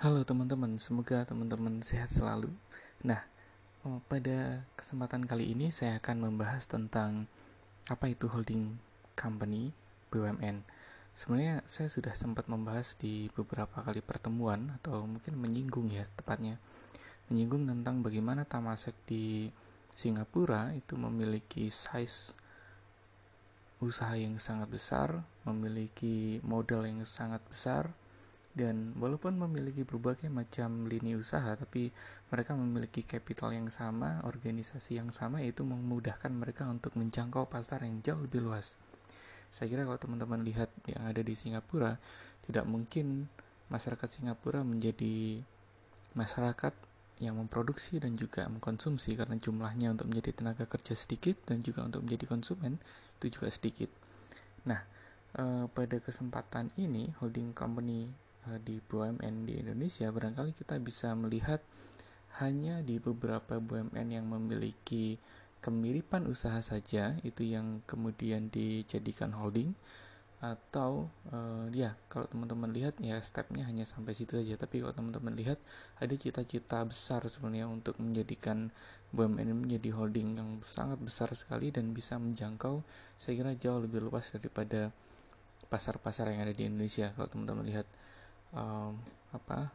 Halo teman-teman, semoga teman-teman sehat selalu. Nah, pada kesempatan kali ini saya akan membahas tentang apa itu holding company BUMN. Sebenarnya saya sudah sempat membahas di beberapa kali pertemuan atau mungkin menyinggung ya tepatnya. Menyinggung tentang bagaimana Temasek di Singapura itu memiliki size usaha yang sangat besar, memiliki modal yang sangat besar, dan walaupun memiliki berbagai macam lini usaha, tapi mereka memiliki capital yang sama, organisasi yang sama, yaitu memudahkan mereka untuk menjangkau pasar yang jauh lebih luas. Saya kira kalau teman-teman lihat yang ada di Singapura, tidak mungkin masyarakat Singapura menjadi masyarakat yang memproduksi dan juga mengkonsumsi, karena jumlahnya untuk menjadi tenaga kerja sedikit dan juga untuk menjadi konsumen itu juga sedikit. Nah, pada kesempatan ini holding company di BUMN di Indonesia, barangkali kita bisa melihat hanya di beberapa BUMN yang memiliki kemiripan usaha saja itu yang kemudian dijadikan holding, atau ya kalau teman-teman lihat ya stepnya hanya sampai situ saja. Tapi kalau teman-teman lihat ada cita-cita besar sebenarnya untuk menjadikan BUMN ini menjadi holding yang sangat besar sekali dan bisa menjangkau, saya kira jauh lebih luas daripada pasar-pasar yang ada di Indonesia. Kalau teman-teman lihat um, apa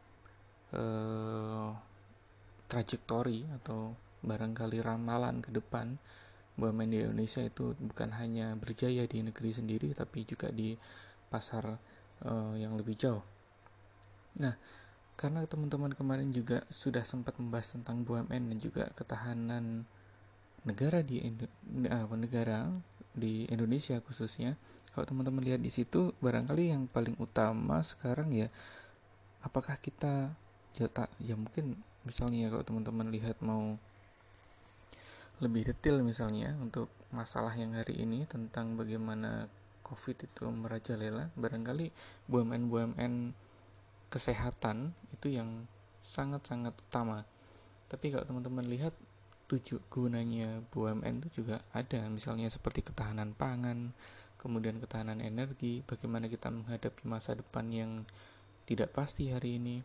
uh, trajektori atau barangkali ramalan ke depan, BUMN di Indonesia itu bukan hanya berjaya di negeri sendiri tapi juga di pasar yang lebih jauh. Nah, karena teman-teman kemarin juga sudah sempat membahas tentang BUMN dan juga ketahanan negara negara di Indonesia khususnya, kalau teman-teman lihat di situ barangkali yang paling utama sekarang ya, apakah kita ya mungkin misalnya kalau teman-teman lihat mau lebih detail misalnya untuk masalah yang hari ini tentang bagaimana COVID itu merajalela, barangkali BUMN-BUMN kesehatan itu yang sangat-sangat utama. Tapi kalau teman-teman lihat tujuh gunanya BUMN itu juga ada, misalnya seperti ketahanan pangan, kemudian ketahanan energi, bagaimana kita menghadapi masa depan yang tidak pasti hari ini.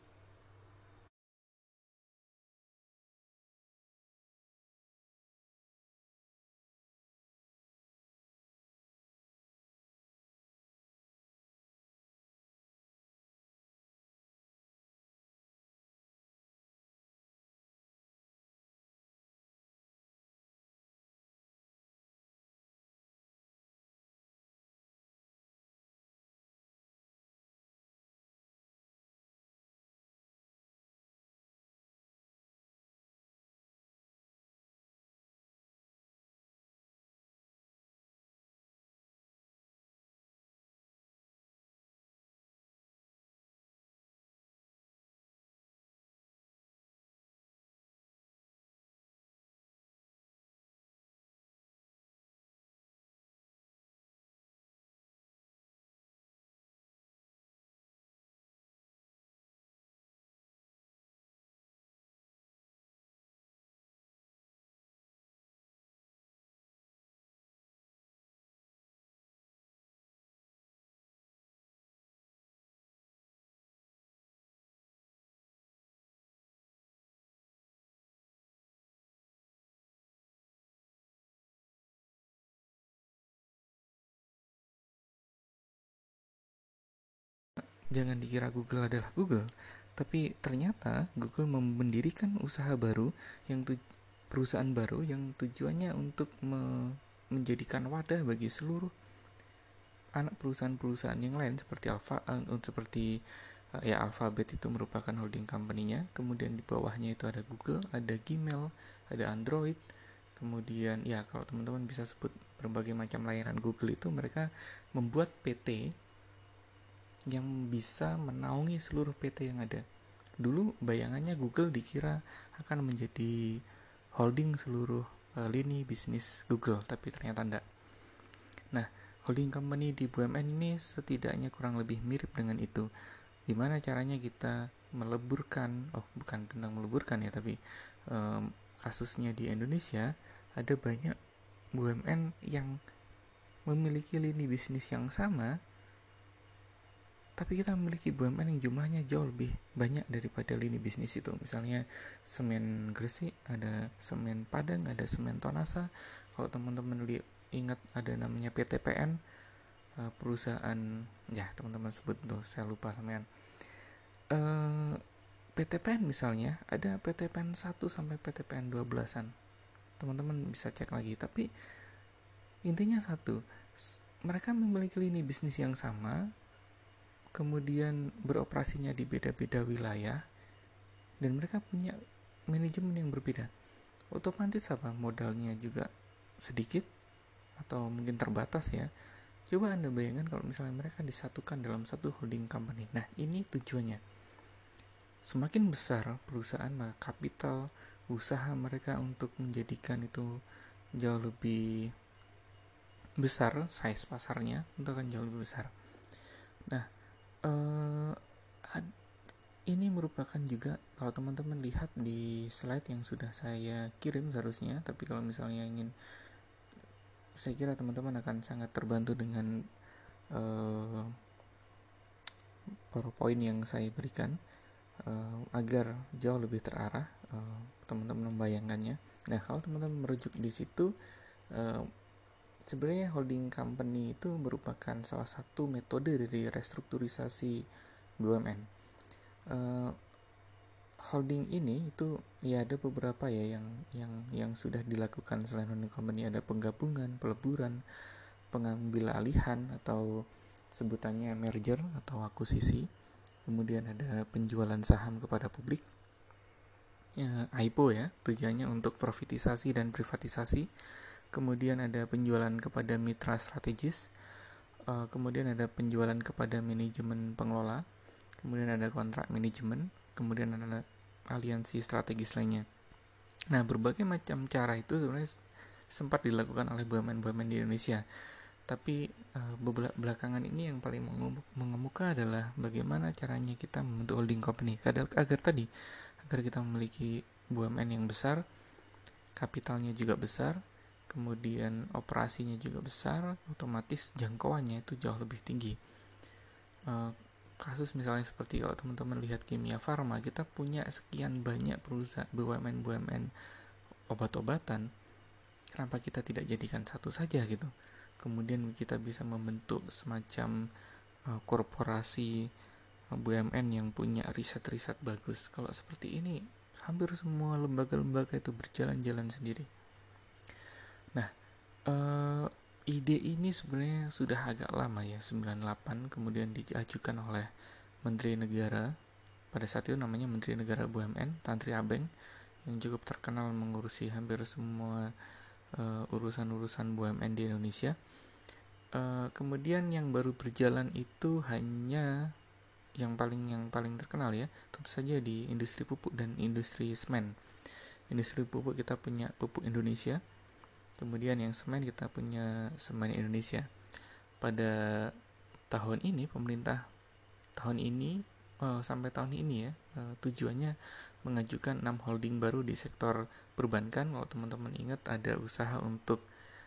Jangan dikira Google adalah Google, tapi ternyata Google mendirikan usaha baru yang perusahaan baru yang tujuannya untuk menjadikan wadah bagi seluruh anak perusahaan-perusahaan yang lain seperti ya Alphabet itu merupakan holding company-nya, kemudian di bawahnya itu ada Google, ada Gmail, ada Android, kemudian ya kalau teman-teman bisa sebut berbagai macam layanan Google, itu mereka membuat PT yang bisa menaungi seluruh PT yang ada. Dulu bayangannya Google dikira akan menjadi holding seluruh lini bisnis Google, tapi ternyata enggak. Nah, holding company di BUMN ini setidaknya kurang lebih mirip dengan itu. Gimana caranya kita meleburkan, bukan tentang meleburkan ya, tapi kasusnya di Indonesia ada banyak BUMN yang memiliki lini bisnis yang sama, tapi kita memiliki BUMN yang jumlahnya jauh lebih banyak daripada lini bisnis itu. Misalnya semen Gresik, ada semen Padang, ada semen Tonasa. Kalau teman-teman ingat ada namanya PTPN, perusahaan, ya teman-teman sebut tuh, saya lupa sampean. PTPN misalnya, ada PTPN 1 sampai PTPN 12-an. Teman-teman bisa cek lagi, tapi intinya satu, mereka memiliki lini bisnis yang sama, kemudian beroperasinya di beda-beda wilayah, dan mereka punya manajemen yang berbeda. Otomatis apa? Modalnya juga sedikit atau mungkin terbatas ya. Coba Anda bayangkan kalau misalnya mereka disatukan dalam satu holding company. Nah, ini tujuannya. Semakin besar perusahaan, maka kapital usaha mereka untuk menjadikan itu jauh lebih besar, size pasarnya itu akan jauh lebih besar. Nah, ini merupakan juga, kalau teman-teman lihat di slide yang sudah saya kirim seharusnya, tapi kalau misalnya ingin, saya kira teman-teman akan sangat terbantu dengan PowerPoint yang saya berikan, agar jauh lebih terarah teman-teman membayangkannya. Nah, kalau teman-teman merujuk di situ, sebenarnya holding company itu merupakan salah satu metode dari restrukturisasi BUMN. Holding ini itu ya ada beberapa ya yang sudah dilakukan selain holding company. Ada penggabungan, peleburan, pengambil alihan atau sebutannya merger atau akuisisi. Kemudian ada penjualan saham kepada publik, IPO ya, tujuannya untuk profitisasi dan privatisasi. Kemudian ada penjualan kepada mitra strategis, kemudian ada penjualan kepada manajemen pengelola, kemudian ada kontrak manajemen, kemudian ada aliansi strategis lainnya. Nah, berbagai macam cara itu sebenarnya sempat dilakukan oleh BUMN-BUMN di Indonesia. Tapi belakangan ini yang paling mengemuka adalah bagaimana caranya kita membentuk holding company agar kita memiliki BUMN yang besar, kapitalnya juga besar, kemudian operasinya juga besar, otomatis jangkauannya itu jauh lebih tinggi. Kasus misalnya seperti kalau teman-teman lihat Kimia Farma, kita punya sekian banyak perusahaan BUMN obat-obatan, kenapa kita tidak jadikan satu saja gitu? Kemudian kita bisa membentuk semacam korporasi BUMN yang punya riset-riset bagus. Kalau seperti ini, hampir semua lembaga-lembaga itu berjalan-jalan sendiri. Nah, ide ini sebenarnya sudah agak lama ya, 98, kemudian diajukan oleh Menteri Negara, pada saat itu namanya Menteri Negara BUMN, Tan Tri Abeng, yang cukup terkenal mengurusi hampir semua urusan-urusan BUMN di Indonesia. Kemudian yang baru berjalan itu hanya yang paling terkenal ya, tentu saja di industri pupuk dan industri semen. Industri pupuk kita punya Pupuk Indonesia, kemudian yang semen kita punya Semen Indonesia. Pada tahun ini pemerintah sampai tahun ini ya, tujuannya mengajukan 6 holding baru di sektor perbankan. Kalau teman-teman ingat, ada usaha untuk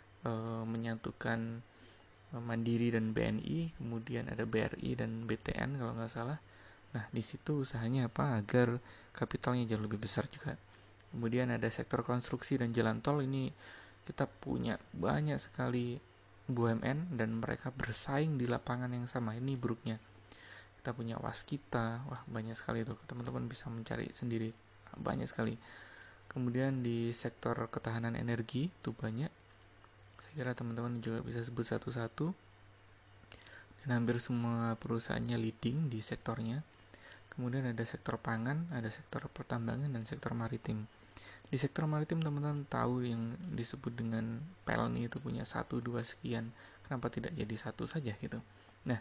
menyatukan Mandiri dan BNI, kemudian ada BRI dan BTN kalau nggak salah. Nah, di situ usahanya apa? Agar kapitalnya jauh lebih besar juga. Kemudian ada sektor konstruksi dan jalan tol. Ini kita punya banyak sekali BUMN dan mereka bersaing di lapangan yang sama. Ini buruknya. Kita punya Waskita, wah banyak sekali tuh, teman-teman bisa mencari sendiri, banyak sekali. Kemudian di sektor ketahanan energi itu banyak, saya kira teman-teman juga bisa sebut satu-satu, dan hampir semua perusahaannya leading di sektornya. Kemudian ada sektor pangan, ada sektor pertambangan, dan sektor maritim. Di sektor maritim teman-teman tahu yang disebut dengan Pelni itu punya 1, 2 sekian, kenapa tidak jadi satu saja gitu. Nah,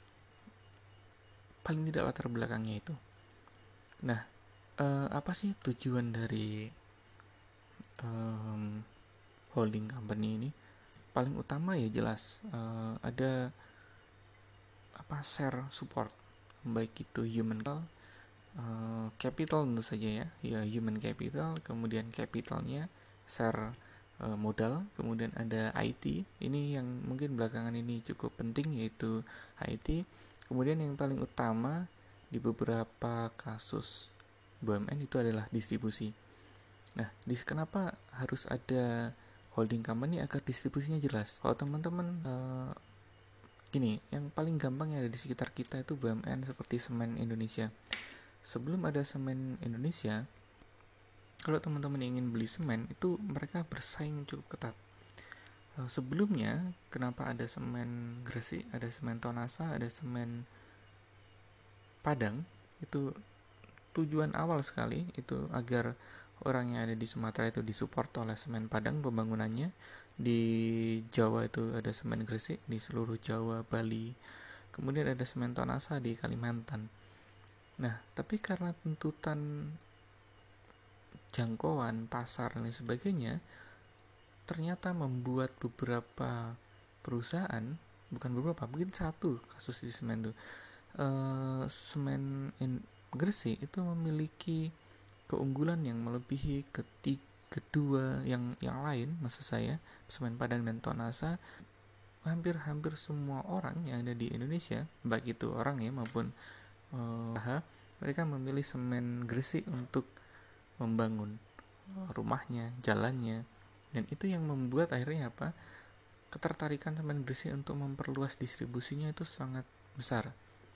paling tidak latar belakangnya itu. Nah, apa sih tujuan dari holding company ini? Paling utama ya jelas ada share support, baik itu human capital tentu saja ya human capital, kemudian capitalnya share modal, kemudian ada IT, ini yang mungkin belakangan ini cukup penting yaitu IT, Kemudian yang paling utama di beberapa kasus BUMN itu adalah distribusi. Nah, kenapa harus ada holding company agar distribusinya jelas? Kalau teman-teman gini, yang paling gampang yang ada di sekitar kita itu BUMN seperti Semen Indonesia. Sebelum ada Semen Indonesia, kalau teman-teman ingin beli semen itu mereka bersaing cukup ketat. Sebelumnya, kenapa ada semen Gresik, ada semen Tonasa, ada semen Padang? Itu tujuan awal sekali itu agar orang yang ada di Sumatera itu disupport oleh semen Padang pembangunannya. Di Jawa itu ada semen Gresik, di seluruh Jawa, Bali. Kemudian ada semen Tonasa di Kalimantan. Nah, tapi karena tuntutan jangkauan pasar dan sebagainya, ternyata membuat beberapa perusahaan, bukan beberapa, mungkin satu kasus di semen itu, semen Gresik itu memiliki keunggulan yang melebihi kedua yang lain, maksud saya semen Padang dan Tonasa. Hampir semua orang yang ada di Indonesia, baik itu orang ya maupun mereka memilih semen Gresik untuk membangun rumahnya, jalannya, dan itu yang membuat akhirnya apa, ketertarikan semen Gresik untuk memperluas distribusinya itu sangat besar.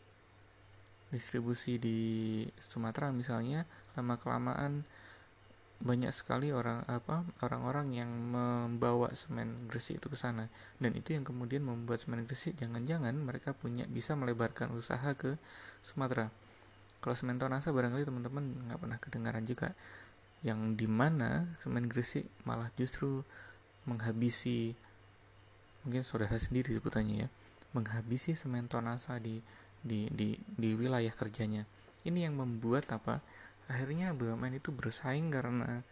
Distribusi di Sumatera misalnya, lama kelamaan banyak sekali orang-orang yang membawa semen Gresik itu ke sana, dan itu yang kemudian membuat semen Gresik jangan-jangan mereka bisa melebarkan usaha ke Sumatera. Kalau semen Tonasa barangkali teman-teman nggak pernah kedengaran juga, yang dimana semen Gresik malah justru menghabisi, mungkin saudara sendiri sebutannya ya, menghabisi semen Tonasa di wilayah kerjanya. Ini yang membuat akhirnya BUMN itu bersaing karena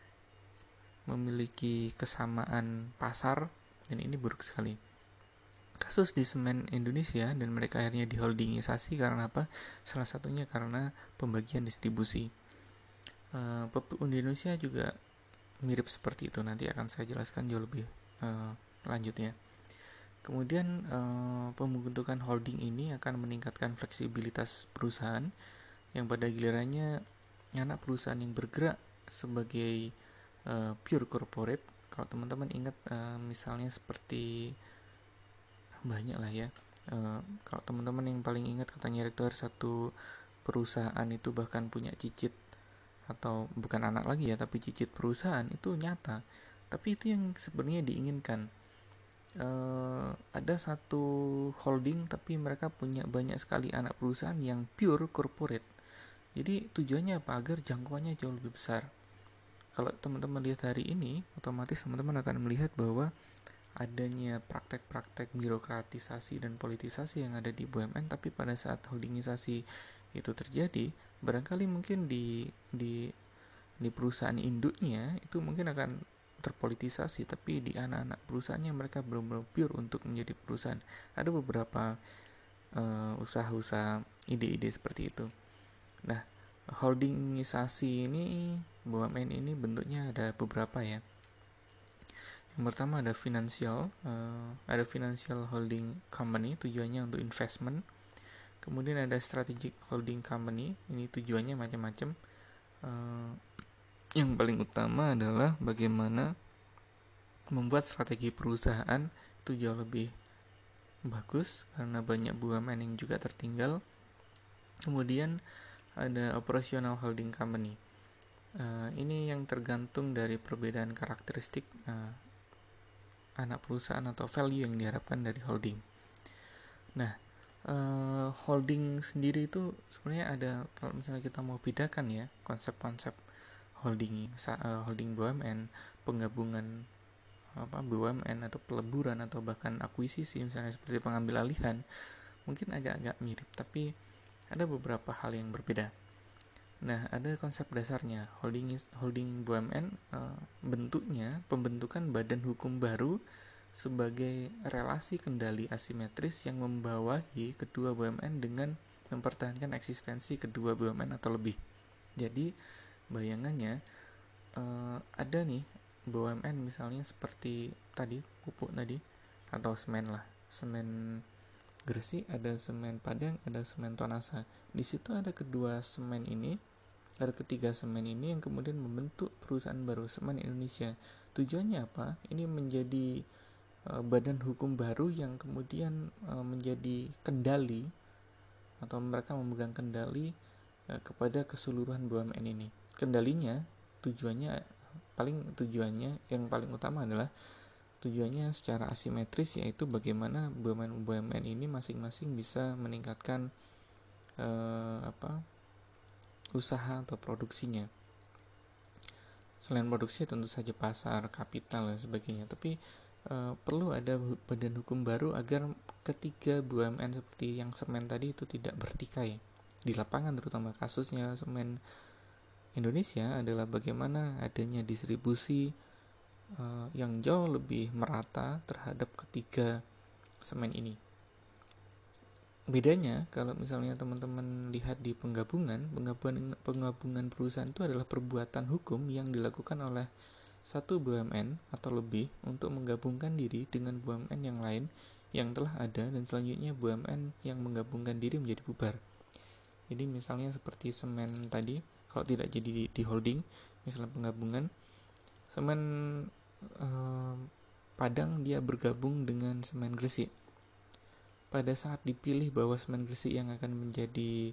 memiliki kesamaan pasar, dan ini buruk sekali. Kasus di Semen Indonesia dan mereka akhirnya diholdingisasi karena apa? Salah satunya karena pembagian distribusi. Di Indonesia juga mirip seperti itu, nanti akan saya jelaskan jauh lebih lanjutnya. Kemudian pembentukan holding ini akan meningkatkan fleksibilitas perusahaan yang pada gilirannya anak perusahaan yang bergerak sebagai pure corporate. Kalau teman-teman ingat misalnya seperti banyak lah ya. Kalau teman-teman yang paling ingat katanya rektor satu perusahaan itu bahkan punya cicit, atau bukan anak lagi ya, tapi cicit perusahaan itu nyata. Tapi itu yang sebenarnya diinginkan. Ada satu holding tapi mereka punya banyak sekali anak perusahaan yang pure corporate. Jadi tujuannya apa? Agar jangkauannya jauh lebih besar. Kalau teman-teman lihat hari ini, otomatis teman-teman akan melihat bahwa adanya praktek-praktek birokratisasi dan politisasi yang ada di BUMN, tapi pada saat holdingisasi itu terjadi, barangkali mungkin di perusahaan induknya itu mungkin akan terpolitisasi, tapi di anak-anak perusahaannya mereka belum pure untuk menjadi perusahaan. Ada beberapa usaha-usaha ide-ide seperti itu. Nah, holdingisasi ini, BUMN ini bentuknya ada beberapa ya. Yang pertama ada financial holding company, tujuannya untuk investment. Kemudian ada strategic holding company, ini tujuannya macam-macam. Yang paling utama adalah bagaimana membuat strategi perusahaan itu jauh lebih bagus karena banyak BUMN yang juga tertinggal. Kemudian ada operational holding company. Ini yang tergantung dari perbedaan karakteristik anak perusahaan atau value yang diharapkan dari holding. Nah, holding sendiri itu sebenarnya ada, kalau misalnya kita mau bedakan ya konsep-konsep holding BUMN, penggabungan BUMN atau peleburan atau bahkan akuisisi misalnya seperti pengambil alihan, mungkin agak-agak mirip, tapi ada beberapa hal yang berbeda. Nah, ada konsep dasarnya holding BUMN, bentuknya pembentukan badan hukum baru sebagai relasi kendali asimetris yang membawahi kedua BUMN dengan mempertahankan eksistensi kedua BUMN atau lebih. Jadi bayangannya ada nih BUMN misalnya seperti tadi pupuk tadi atau semen Gresik, ada semen Padang, ada semen Tonasa. Di situ ada ketiga semen ini yang kemudian membentuk perusahaan baru, Semen Indonesia. Tujuannya apa? Ini menjadi badan hukum baru yang kemudian menjadi kendali, atau mereka memegang kendali kepada keseluruhan BUMN ini. Kendalinya, tujuannya yang paling utama adalah tujuannya secara asimetris, yaitu bagaimana BUMN ini masing-masing bisa meningkatkan usaha atau produksinya. Selain produksi tentu saja pasar, kapital dan sebagainya, tapi perlu ada badan hukum baru agar ketiga BUMN seperti yang semen tadi itu tidak bertikai di lapangan. Terutama kasusnya Semen Indonesia adalah bagaimana adanya distribusi yang jauh lebih merata terhadap ketiga semen ini. Bedanya kalau misalnya teman-teman lihat di penggabungan perusahaan itu adalah perbuatan hukum yang dilakukan oleh satu BUMN atau lebih untuk menggabungkan diri dengan BUMN yang lain yang telah ada, dan selanjutnya BUMN yang menggabungkan diri menjadi bubar. Jadi misalnya seperti semen tadi, kalau tidak jadi di holding, misalnya penggabungan semen Padang, dia bergabung dengan semen Gresik. Pada saat dipilih bahwa semen Gresik yang akan menjadi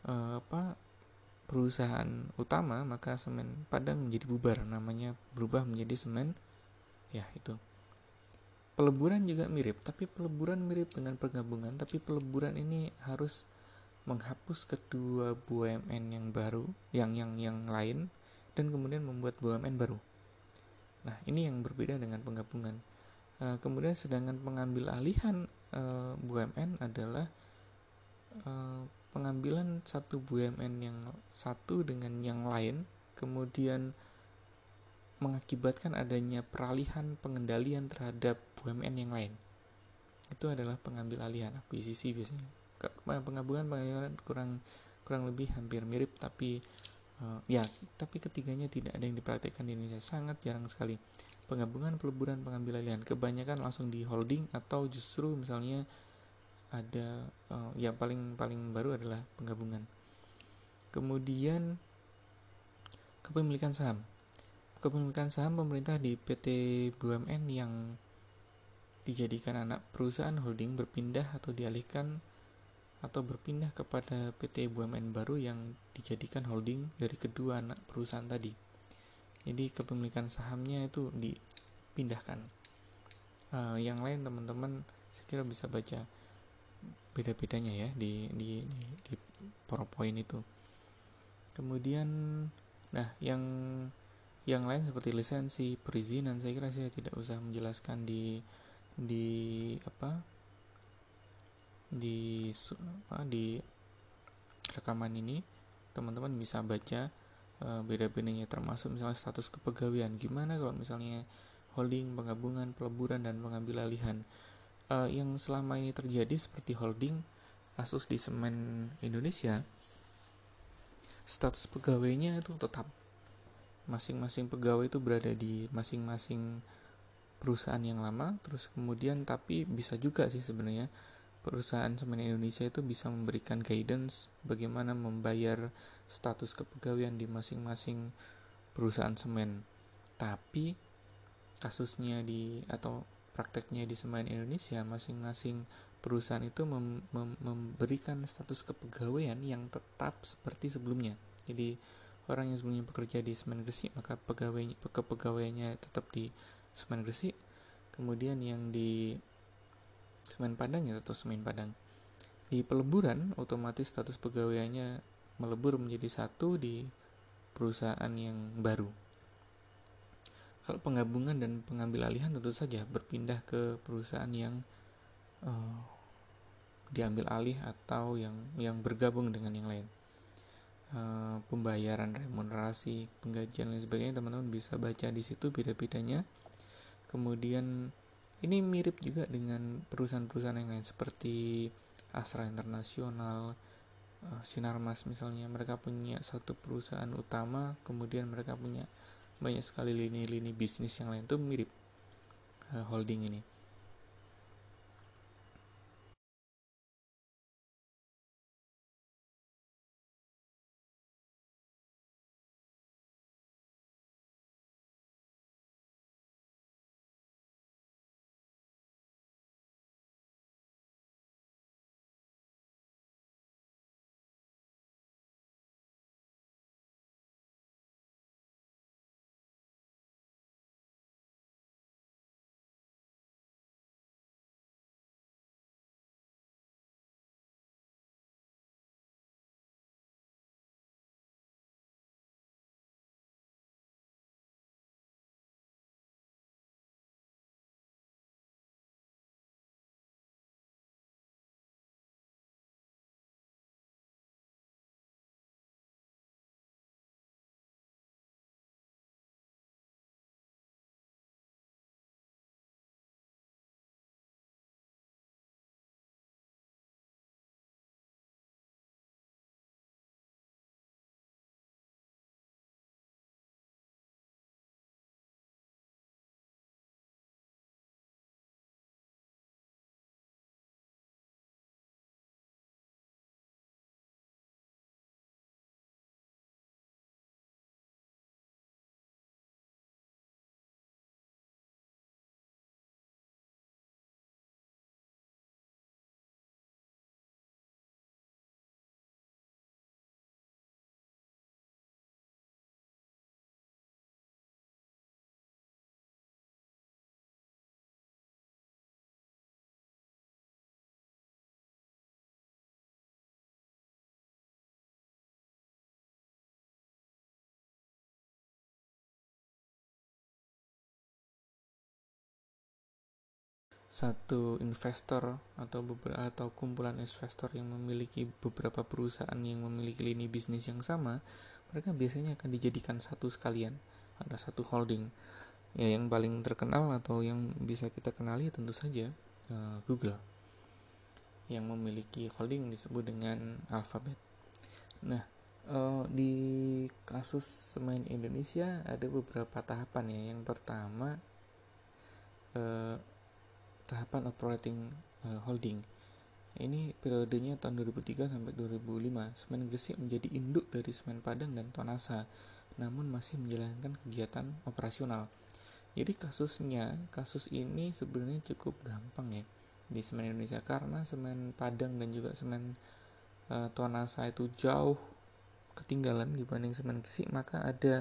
perusahaan utama, maka semen Padang menjadi bubar, namanya berubah menjadi semen itu. Peleburan juga mirip, tapi peleburan mirip dengan penggabungan, tapi peleburan ini harus menghapus kedua BUMN yang baru, yang lain, dan kemudian membuat BUMN baru. Nah, ini yang berbeda dengan penggabungan. Kemudian sedangkan pengambil alihan BUMN adalah pengambilan satu BUMN yang satu dengan yang lain, kemudian mengakibatkan adanya peralihan pengendalian terhadap BUMN yang lain. Itu adalah pengambil alihan, akuisisi biasanya. Penggabungan kurang lebih hampir mirip, tapi tapi ketiganya tidak ada yang dipraktikkan di Indonesia, sangat jarang sekali. Penggabungan, peleburan, pengambil alihan kebanyakan langsung di holding, atau justru misalnya ada yang paling baru adalah penggabungan. Kemudian kepemilikan saham pemerintah di PT BUMN yang dijadikan anak perusahaan holding berpindah atau dialihkan atau berpindah kepada PT BUMN baru yang dijadikan holding dari kedua anak perusahaan tadi. Jadi kepemilikan sahamnya itu dipindahkan. Yang lain teman-teman saya kira bisa baca beda-bedanya ya di PowerPoint itu. Kemudian yang lain seperti lisensi, perizinan, saya kira saya tidak usah menjelaskan di rekaman ini. Teman-teman bisa baca beda-bedanya, termasuk misalnya status kepegawaian. Gimana kalau misalnya holding, penggabungan, peleburan, dan pengambil alihan. Yang selama ini terjadi seperti holding, kasus di Semen Indonesia, status pegawainya itu tetap, masing-masing pegawai itu berada di masing-masing perusahaan yang lama. Terus kemudian tapi bisa juga sih sebenarnya perusahaan Semen Indonesia itu bisa memberikan guidance bagaimana membayar status kepegawaian di masing-masing perusahaan semen. Tapi kasusnya atau prakteknya di Semen Indonesia, masing-masing perusahaan itu memberikan status kepegawaian yang tetap seperti sebelumnya. Jadi orang yang sebelumnya bekerja di Semen Gresik, maka kepegawaiannya tetap di Semen Gresik. Kemudian yang di Semen Padang ya tetap Semen Padang. Di peleburan, otomatis status pegawaiannya melebur menjadi satu di perusahaan yang baru. Kalau penggabungan dan pengambil alihan tentu saja berpindah ke perusahaan yang diambil alih atau yang bergabung dengan yang lain. Pembayaran remunerasi, penggajian dan sebagainya, teman-teman bisa baca di situ beda-bedanya. Kemudian ini mirip juga dengan perusahaan-perusahaan yang lain seperti Astra Internasional, Sinarmas misalnya. Mereka punya satu perusahaan utama, kemudian mereka punya banyak sekali lini-lini bisnis yang lain. Itu mirip holding ini. satu investor atau kumpulan investor yang memiliki beberapa perusahaan yang memiliki lini bisnis yang sama, mereka biasanya akan dijadikan satu sekalian, ada satu holding. Ya, yang paling terkenal atau yang bisa kita kenali tentu saja Google, yang memiliki holding disebut dengan Alphabet. Nah, di kasus Semen Indonesia ada beberapa tahapan ya. Yang pertama, tahapan operating holding. Ini periodenya tahun 2003 sampai 2005. Semen Gresik menjadi induk dari Semen Padang dan Tonasa, namun masih menjalankan kegiatan operasional. Jadi kasus ini sebenarnya cukup gampang ya di Semen Indonesia, karena Semen Padang dan juga Semen Tonasa itu jauh ketinggalan dibanding Semen Gresik, maka ada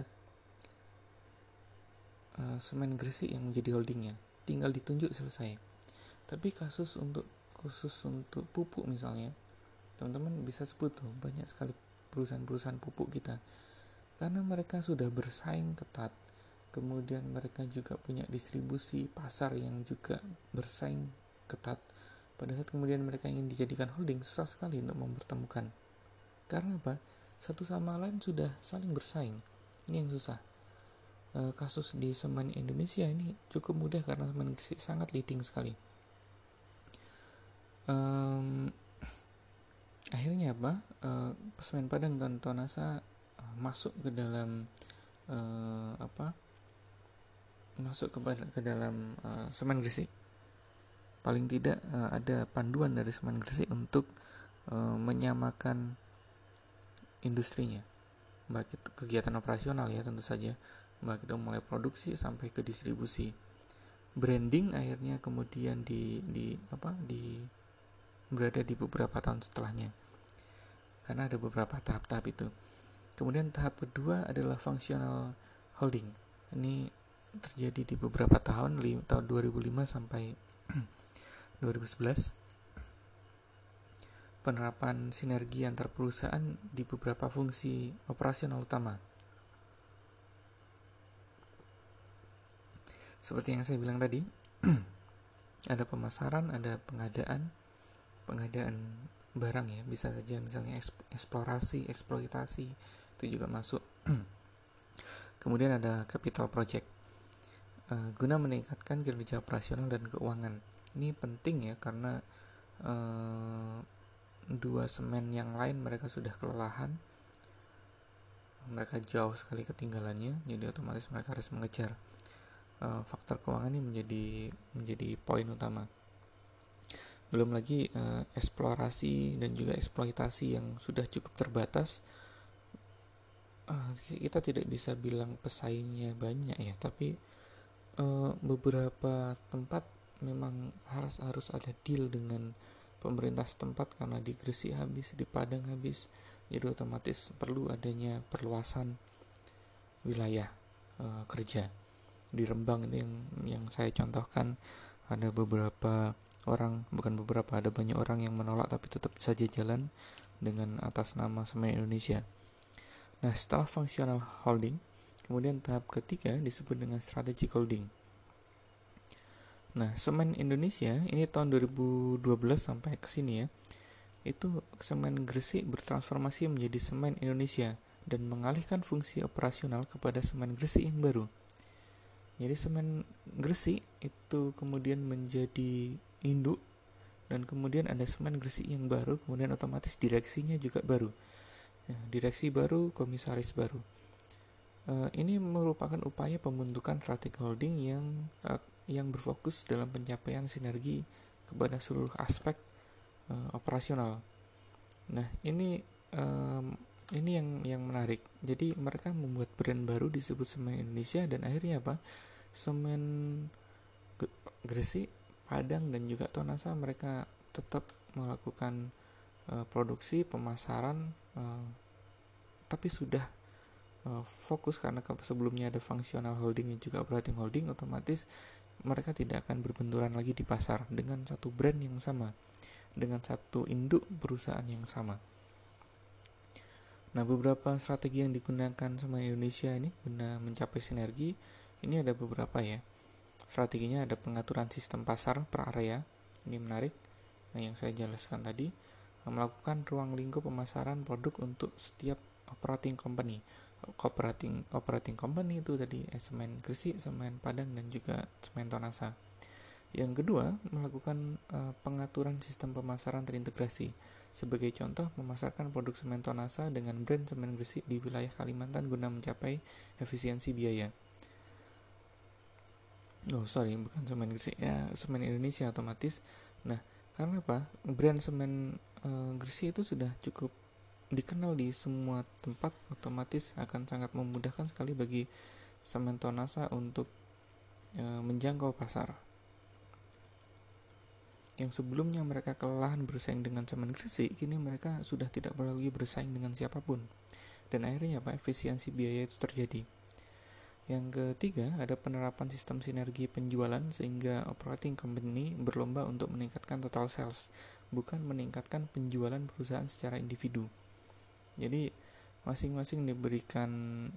Semen Gresik yang menjadi holdingnya, tinggal ditunjuk selesai. Tapi khusus untuk pupuk misalnya, teman-teman bisa sebut tuh banyak sekali perusahaan-perusahaan pupuk kita, karena mereka sudah bersaing ketat, kemudian mereka juga punya distribusi pasar yang juga bersaing ketat. Pada saat kemudian mereka ingin dijadikan holding, susah sekali untuk mempertemukan. Karena apa? Satu sama lain sudah saling bersaing. Ini yang susah. Kasus di Semen Indonesia ini cukup mudah karena Semen sangat leading sekali. Akhirnya apa? Semen Padang dan Tonasa masuk ke dalam ke dalam Semen Gresik. Paling tidak ada panduan dari Semen Gresik untuk menyamakan industrinya, baik itu kegiatan operasional ya tentu saja, baik itu mulai produksi sampai ke distribusi. Branding akhirnya kemudian berada di beberapa tahun setelahnya, karena ada beberapa tahap-tahap itu. Kemudian tahap kedua adalah functional holding. Ini terjadi di beberapa tahun 2005 sampai 2011. Penerapan sinergi antar perusahaan di beberapa fungsi operasional utama. Seperti yang saya bilang tadi, ada pemasaran, ada pengadaan barang ya, bisa saja misalnya eksplorasi, eksploitasi, itu juga masuk. Kemudian ada capital project, guna meningkatkan kinerja operasional dan keuangan. Ini penting ya, karena dua semen yang lain mereka sudah kelelahan, mereka jauh sekali ketinggalannya, jadi otomatis mereka harus mengejar. Faktor keuangan ini menjadi poin utama. Belum lagi eksplorasi dan juga eksploitasi yang sudah cukup terbatas. Kita tidak bisa bilang pesaingnya banyak ya, tapi beberapa tempat memang harus ada deal dengan pemerintah setempat, karena di Gresik habis, di Padang habis, jadi otomatis perlu adanya perluasan wilayah kerja. Di Rembang itu yang saya contohkan, ada banyak orang yang menolak tapi tetap saja jalan dengan atas nama Semen Indonesia. Nah, setelah functional holding, kemudian tahap ketiga disebut dengan strategic holding. Nah, Semen Indonesia ini tahun 2012 sampai ke sini ya, itu Semen Gresik bertransformasi menjadi Semen Indonesia dan mengalihkan fungsi operasional kepada Semen Gresik yang baru. Jadi Semen Gresik itu kemudian menjadi induk, dan kemudian ada Semen Gresik yang baru, kemudian otomatis direksinya juga baru. Nah, direksi baru, komisaris baru. Ini merupakan upaya pembentukan strategic holding yang berfokus dalam pencapaian sinergi kepada seluruh aspek operasional. Nah, ini yang menarik. Jadi mereka membuat brand baru disebut Semen Indonesia, dan akhirnya apa? Semen Gresik, Padang dan juga Tonasa mereka tetap melakukan produksi, pemasaran, tapi sudah fokus, karena sebelumnya ada functional holding dan juga operating holding, otomatis mereka tidak akan berbenturan lagi di pasar dengan satu brand yang sama, dengan satu induk perusahaan yang sama. Nah, beberapa strategi yang digunakan sama Indonesia ini guna mencapai sinergi, ini ada beberapa ya. Strateginya ada pengaturan sistem pasar per area, ini menarik. Nah, yang saya jelaskan tadi, melakukan ruang lingkup pemasaran produk untuk setiap operating company. Operating company itu tadi semen Gresik, semen Padang, dan juga semen Tonasa. Yang kedua, melakukan pengaturan sistem pemasaran terintegrasi. Sebagai contoh, memasarkan produk semen Tonasa dengan brand semen Gresik di wilayah Kalimantan guna mencapai efisiensi biaya. Bukan semen Gresik ya, semen Indonesia otomatis. Nah, karena apa? Brand semen Gresik itu sudah cukup dikenal di semua tempat, otomatis akan sangat memudahkan sekali bagi semen Tonasa untuk menjangkau pasar. Yang sebelumnya mereka kelelahan bersaing dengan semen Gresik, kini mereka sudah tidak perlu lagi bersaing dengan siapapun. Dan akhirnya efisiensi biaya itu terjadi. Yang ketiga, ada penerapan sistem sinergi penjualan sehingga operating company berlomba untuk meningkatkan total sales, bukan meningkatkan penjualan perusahaan secara individu. Jadi masing-masing diberikan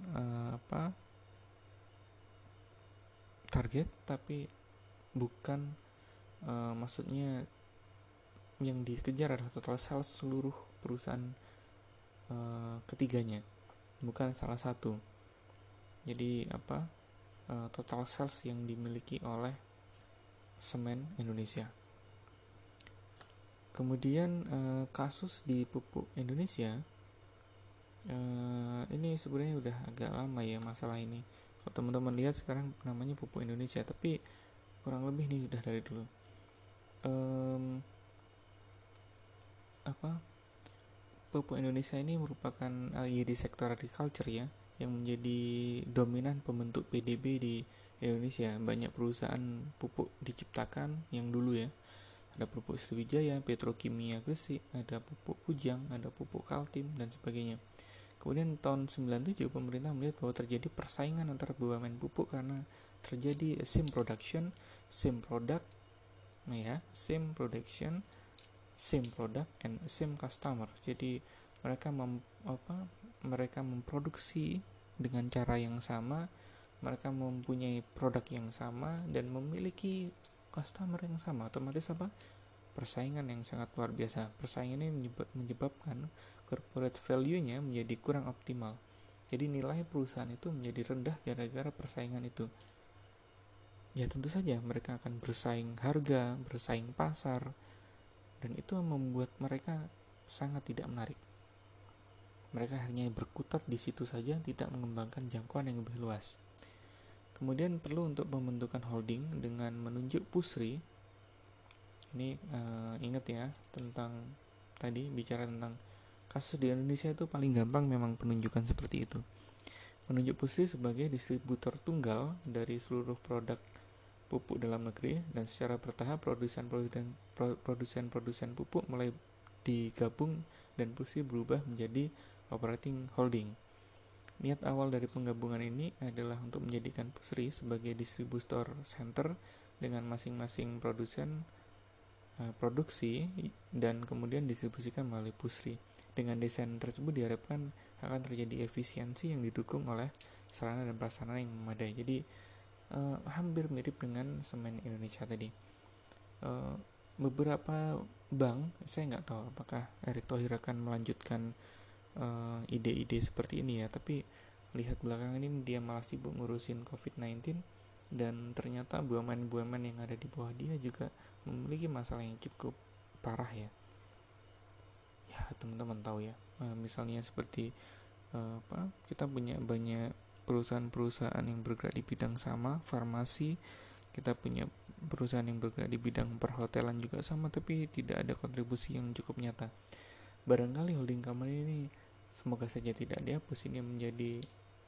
target, tapi bukan maksudnya yang dikejar adalah total sales seluruh perusahaan ketiganya, bukan salah satu. Jadi total sales yang dimiliki oleh semen Indonesia. Kemudian kasus di pupuk Indonesia, ini sebenarnya udah agak lama ya masalah ini. Kalau teman-teman lihat sekarang namanya pupuk Indonesia, tapi kurang lebih nih udah dari dulu. Pupuk Indonesia ini merupakan di sektor agriculture ya, yang menjadi dominan pembentuk PDB di Indonesia. Banyak perusahaan pupuk diciptakan yang dulu ya. Ada pupuk Sriwijaya, Petrokimia Gresik, ada pupuk Kujang, ada pupuk Kaltim, dan sebagainya. Kemudian tahun 97 pemerintah melihat bahwa terjadi persaingan antara BUMN pupuk karena terjadi same production, same product, same production, same product and same customer. Jadi mereka memproduksi dengan cara yang sama, mereka mempunyai produk yang sama dan memiliki customer yang sama. Otomatis persaingan yang sangat luar biasa. Persaingan ini menyebabkan corporate value-nya menjadi kurang optimal. Jadi nilai perusahaan itu menjadi rendah gara-gara persaingan itu. Ya tentu saja mereka akan bersaing harga, bersaing pasar, dan itu membuat mereka sangat tidak menarik. Mereka hanya berkutat di situ saja, tidak mengembangkan jangkauan yang lebih luas. Kemudian perlu untuk pembentukan holding dengan menunjuk pusri. Ini ingat ya, tentang tadi bicara tentang kasus di Indonesia itu paling gampang memang penunjukan seperti itu. Menunjuk pusri sebagai distributor tunggal dari seluruh produk pupuk dalam negeri, dan secara bertahap produsen pupuk mulai digabung dan pusri berubah menjadi operating holding. Niat awal dari penggabungan ini adalah untuk menjadikan pusri sebagai distributor center dengan masing-masing produsen produksi dan kemudian distribusikan melalui pusri. Dengan desain tersebut diharapkan akan terjadi efisiensi yang didukung oleh sarana dan prasarana yang memadai. Jadi hampir mirip dengan semen Indonesia tadi. Beberapa bank, saya nggak tahu apakah Erick Thohir akan melanjutkan ide-ide seperti ini ya, tapi lihat belakangan ini dia malah sibuk ngurusin COVID-19, dan ternyata BUMN-BUMN yang ada di bawah dia juga memiliki masalah yang cukup parah ya. Ya teman-teman tahu ya, misalnya seperti kita punya banyak perusahaan-perusahaan yang bergerak di bidang sama, farmasi, kita punya perusahaan yang bergerak di bidang perhotelan juga sama, tapi tidak ada kontribusi yang cukup nyata. Barangkali holding company ini semoga saja tidak dihapus. Ini menjadi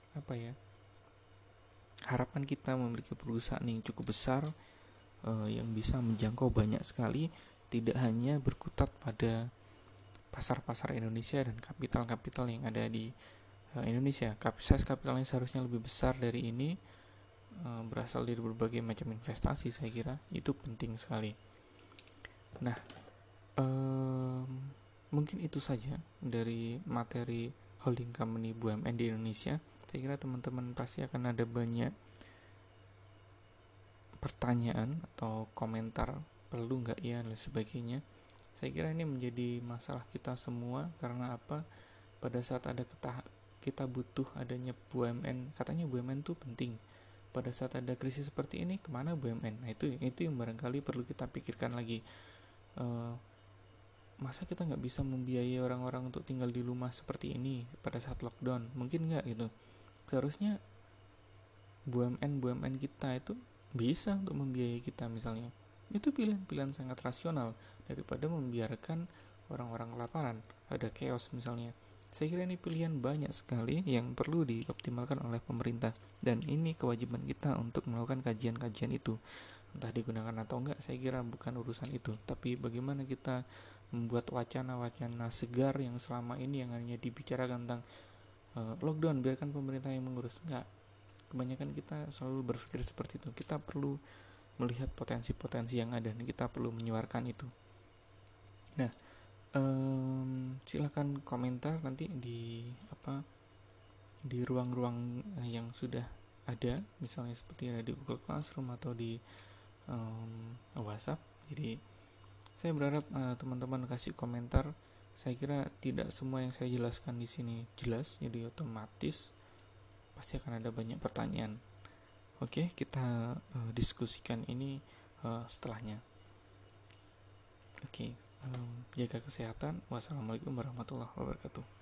harapan kita memiliki perusahaan yang cukup besar, yang bisa menjangkau banyak sekali, tidak hanya berkutat pada pasar-pasar Indonesia dan kapital-kapital yang ada di Indonesia. Size kapitalnya seharusnya lebih besar dari ini, berasal dari berbagai macam investasi. Saya kira itu penting sekali. Nah, mungkin itu saja dari materi holding company BUMN di Indonesia. Saya kira teman-teman pasti akan ada banyak pertanyaan atau komentar perlu nggak ya dan sebagainya. Saya kira ini menjadi masalah kita semua. Karena apa? Pada saat kita butuh adanya BUMN, katanya BUMN itu penting. Pada saat ada krisis seperti ini, kemana BUMN? Nah, itu yang barangkali perlu kita pikirkan lagi. Uh, Masa kita nggak bisa membiayai orang-orang untuk tinggal di rumah seperti ini pada saat lockdown? Mungkin nggak gitu. Seharusnya BUMN kita itu bisa untuk membiayai kita misalnya. Itu pilihan-pilihan sangat rasional daripada membiarkan orang-orang kelaparan, ada chaos misalnya. Saya kira ini pilihan banyak sekali yang perlu dioptimalkan oleh pemerintah, dan ini kewajiban kita untuk melakukan kajian-kajian itu. Entah digunakan atau enggak, saya kira bukan urusan itu, tapi bagaimana kita membuat wacana-wacana segar yang selama ini yang hanya dibicarakan tentang lockdown, biarkan pemerintah yang mengurus. Enggak, kebanyakan kita selalu berpikir seperti itu. Kita perlu melihat potensi-potensi yang ada dan kita perlu menyuarakan itu. Nah, silakan komentar nanti di ruang-ruang yang sudah ada, misalnya seperti ada di Google Classroom atau di WhatsApp. Jadi saya berharap teman-teman kasih komentar. Saya kira tidak semua yang saya jelaskan di sini jelas, jadi otomatis pasti akan ada banyak pertanyaan. Oke, kita diskusikan ini setelahnya. Oke, jaga kesehatan. Wassalamualaikum warahmatullahi wabarakatuh.